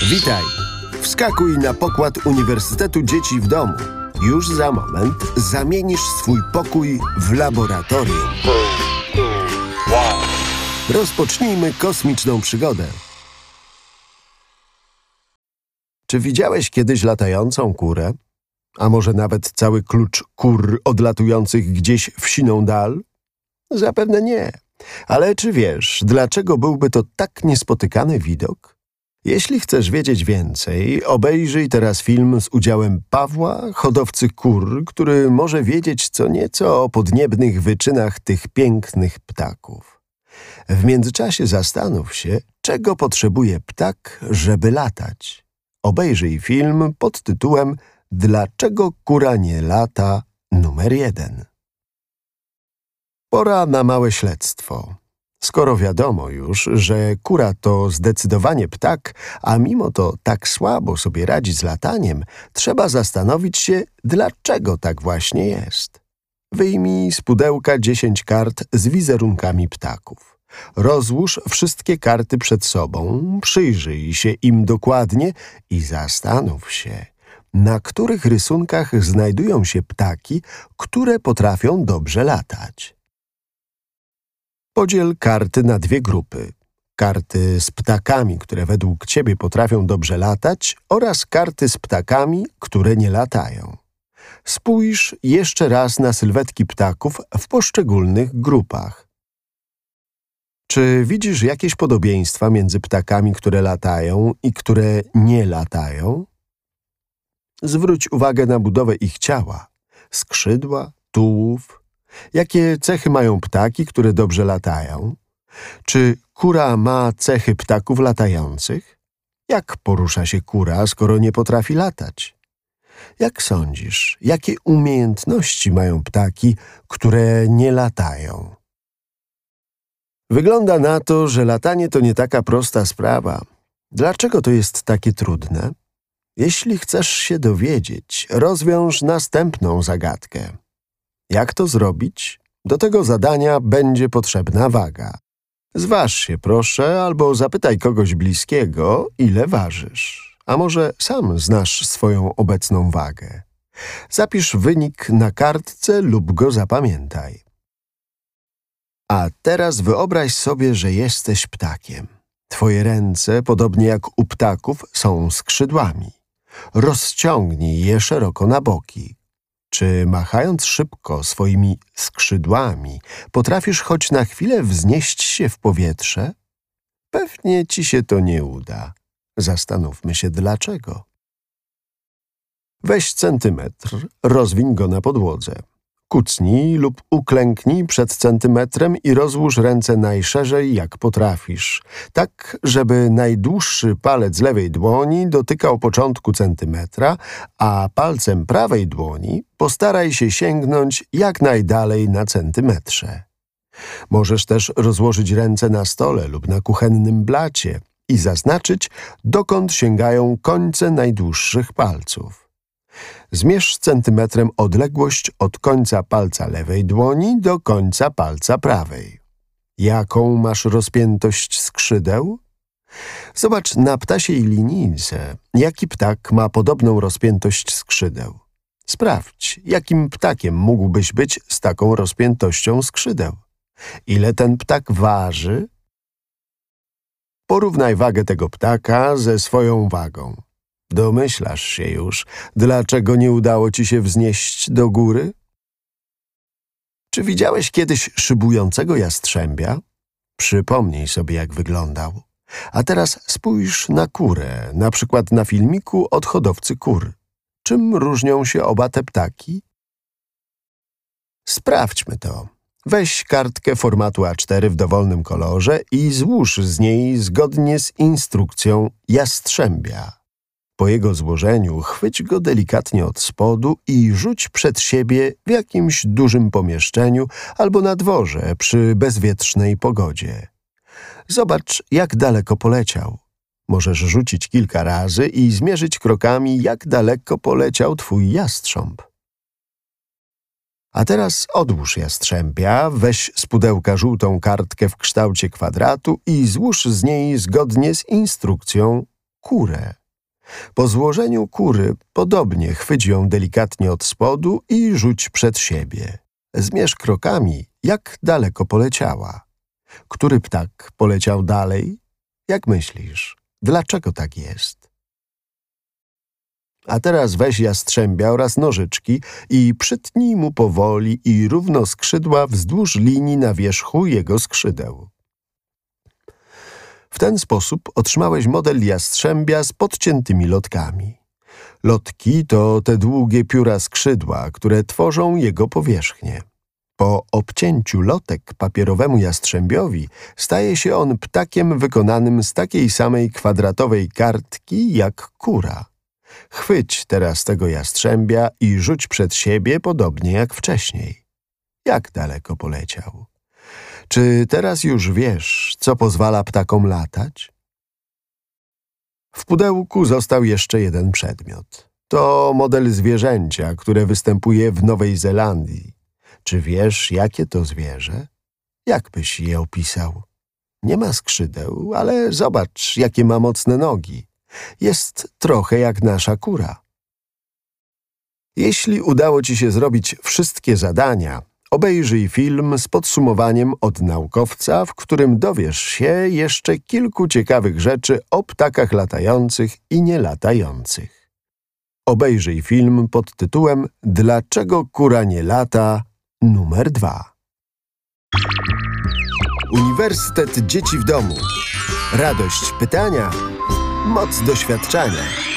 Witaj! Wskakuj na pokład Uniwersytetu Dzieci w Domu. Już za moment zamienisz swój pokój w laboratorium. Rozpocznijmy kosmiczną przygodę. Czy widziałeś kiedyś latającą kurę? A może nawet cały klucz kur odlatujących gdzieś w siną dal? Zapewne nie. Ale czy wiesz, dlaczego byłby to tak niespotykany widok? Jeśli chcesz wiedzieć więcej, obejrzyj teraz film z udziałem Pawła, hodowcy kur, który może wiedzieć co nieco o podniebnych wyczynach tych pięknych ptaków. W międzyczasie zastanów się, czego potrzebuje ptak, żeby latać. Obejrzyj film pod tytułem „Dlaczego kura nie lata? Numer 1”. Pora na małe śledztwo. Skoro wiadomo już, że kura to zdecydowanie ptak, a mimo to tak słabo sobie radzi z lataniem, trzeba zastanowić się, dlaczego tak właśnie jest. Wyjmij z pudełka 10 kart z wizerunkami ptaków. Rozłóż wszystkie karty przed sobą, przyjrzyj się im dokładnie i zastanów się, na których rysunkach znajdują się ptaki, które potrafią dobrze latać. Podziel karty na dwie grupy. Karty z ptakami, które według ciebie potrafią dobrze latać, oraz karty z ptakami, które nie latają. Spójrz jeszcze raz na sylwetki ptaków w poszczególnych grupach. Czy widzisz jakieś podobieństwa między ptakami, które latają i które nie latają? Zwróć uwagę na budowę ich ciała, skrzydła, tułów. Jakie cechy mają ptaki, które dobrze latają? Czy kura ma cechy ptaków latających? Jak porusza się kura, skoro nie potrafi latać? Jak sądzisz, jakie umiejętności mają ptaki, które nie latają? Wygląda na to, że latanie to nie taka prosta sprawa. Dlaczego to jest takie trudne? Jeśli chcesz się dowiedzieć, rozwiąż następną zagadkę. Jak to zrobić? Do tego zadania będzie potrzebna waga. Zważ się proszę, albo zapytaj kogoś bliskiego, ile ważysz. A może sam znasz swoją obecną wagę. Zapisz wynik na kartce lub go zapamiętaj. A teraz wyobraź sobie, że jesteś ptakiem. Twoje ręce, podobnie jak u ptaków, są skrzydłami. Rozciągnij je szeroko na boki. Czy machając szybko swoimi skrzydłami potrafisz choć na chwilę wznieść się w powietrze? Pewnie ci się to nie uda. Zastanówmy się dlaczego. Weź centymetr, rozwiń go na podłodze. Kucnij lub uklęknij przed centymetrem i rozłóż ręce najszerzej jak potrafisz, tak żeby najdłuższy palec lewej dłoni dotykał początku centymetra, a palcem prawej dłoni postaraj się sięgnąć jak najdalej na centymetrze. Możesz też rozłożyć ręce na stole lub na kuchennym blacie i zaznaczyć, dokąd sięgają końce najdłuższych palców. Zmierz centymetrem odległość od końca palca lewej dłoni do końca palca prawej. Jaką masz rozpiętość skrzydeł? Zobacz na ptasiej linijce, jaki ptak ma podobną rozpiętość skrzydeł. Sprawdź, jakim ptakiem mógłbyś być z taką rozpiętością skrzydeł. Ile ten ptak waży? Porównaj wagę tego ptaka ze swoją wagą. Domyślasz się już, dlaczego nie udało ci się wznieść do góry? Czy widziałeś kiedyś szybującego jastrzębia? Przypomnij sobie, jak wyglądał. A teraz spójrz na kurę, na przykład na filmiku od hodowcy kur. Czym różnią się oba te ptaki? Sprawdźmy to. Weź kartkę formatu A4 w dowolnym kolorze i złóż z niej zgodnie z instrukcją jastrzębia. Po jego złożeniu chwyć go delikatnie od spodu i rzuć przed siebie w jakimś dużym pomieszczeniu albo na dworze przy bezwietrznej pogodzie. Zobacz, jak daleko poleciał. Możesz rzucić kilka razy i zmierzyć krokami, jak daleko poleciał twój jastrząb. A teraz odłóż jastrzębia, weź z pudełka żółtą kartkę w kształcie kwadratu i złóż z niej zgodnie z instrukcją kurę. Po złożeniu kury podobnie chwyć ją delikatnie od spodu i rzuć przed siebie. Zmierz krokami, jak daleko poleciała. Który ptak poleciał dalej? Jak myślisz, dlaczego tak jest? A teraz weź jastrzębia oraz nożyczki i przytnij mu powoli i równo skrzydła wzdłuż linii na wierzchu jego skrzydeł. W ten sposób otrzymałeś model jastrzębia z podciętymi lotkami. Lotki to te długie pióra skrzydła, które tworzą jego powierzchnię. Po obcięciu lotek papierowemu jastrzębiowi staje się on ptakiem wykonanym z takiej samej kwadratowej kartki jak kura. Chwyć teraz tego jastrzębia i rzuć przed siebie podobnie jak wcześniej. Jak daleko poleciał? Czy teraz już wiesz, co pozwala ptakom latać? W pudełku został jeszcze jeden przedmiot. To model zwierzęcia, które występuje w Nowej Zelandii. Czy wiesz, jakie to zwierzę? Jak byś je opisał? Nie ma skrzydeł, ale zobacz, jakie ma mocne nogi. Jest trochę jak nasza kura. Jeśli udało ci się zrobić wszystkie zadania, obejrzyj film z podsumowaniem od naukowca, w którym dowiesz się jeszcze kilku ciekawych rzeczy o ptakach latających i nielatających. Obejrzyj film pod tytułem Dlaczego kura nie lata? Numer 2. Uniwersytet Dzieci w Domu. Radość pytania, moc doświadczania.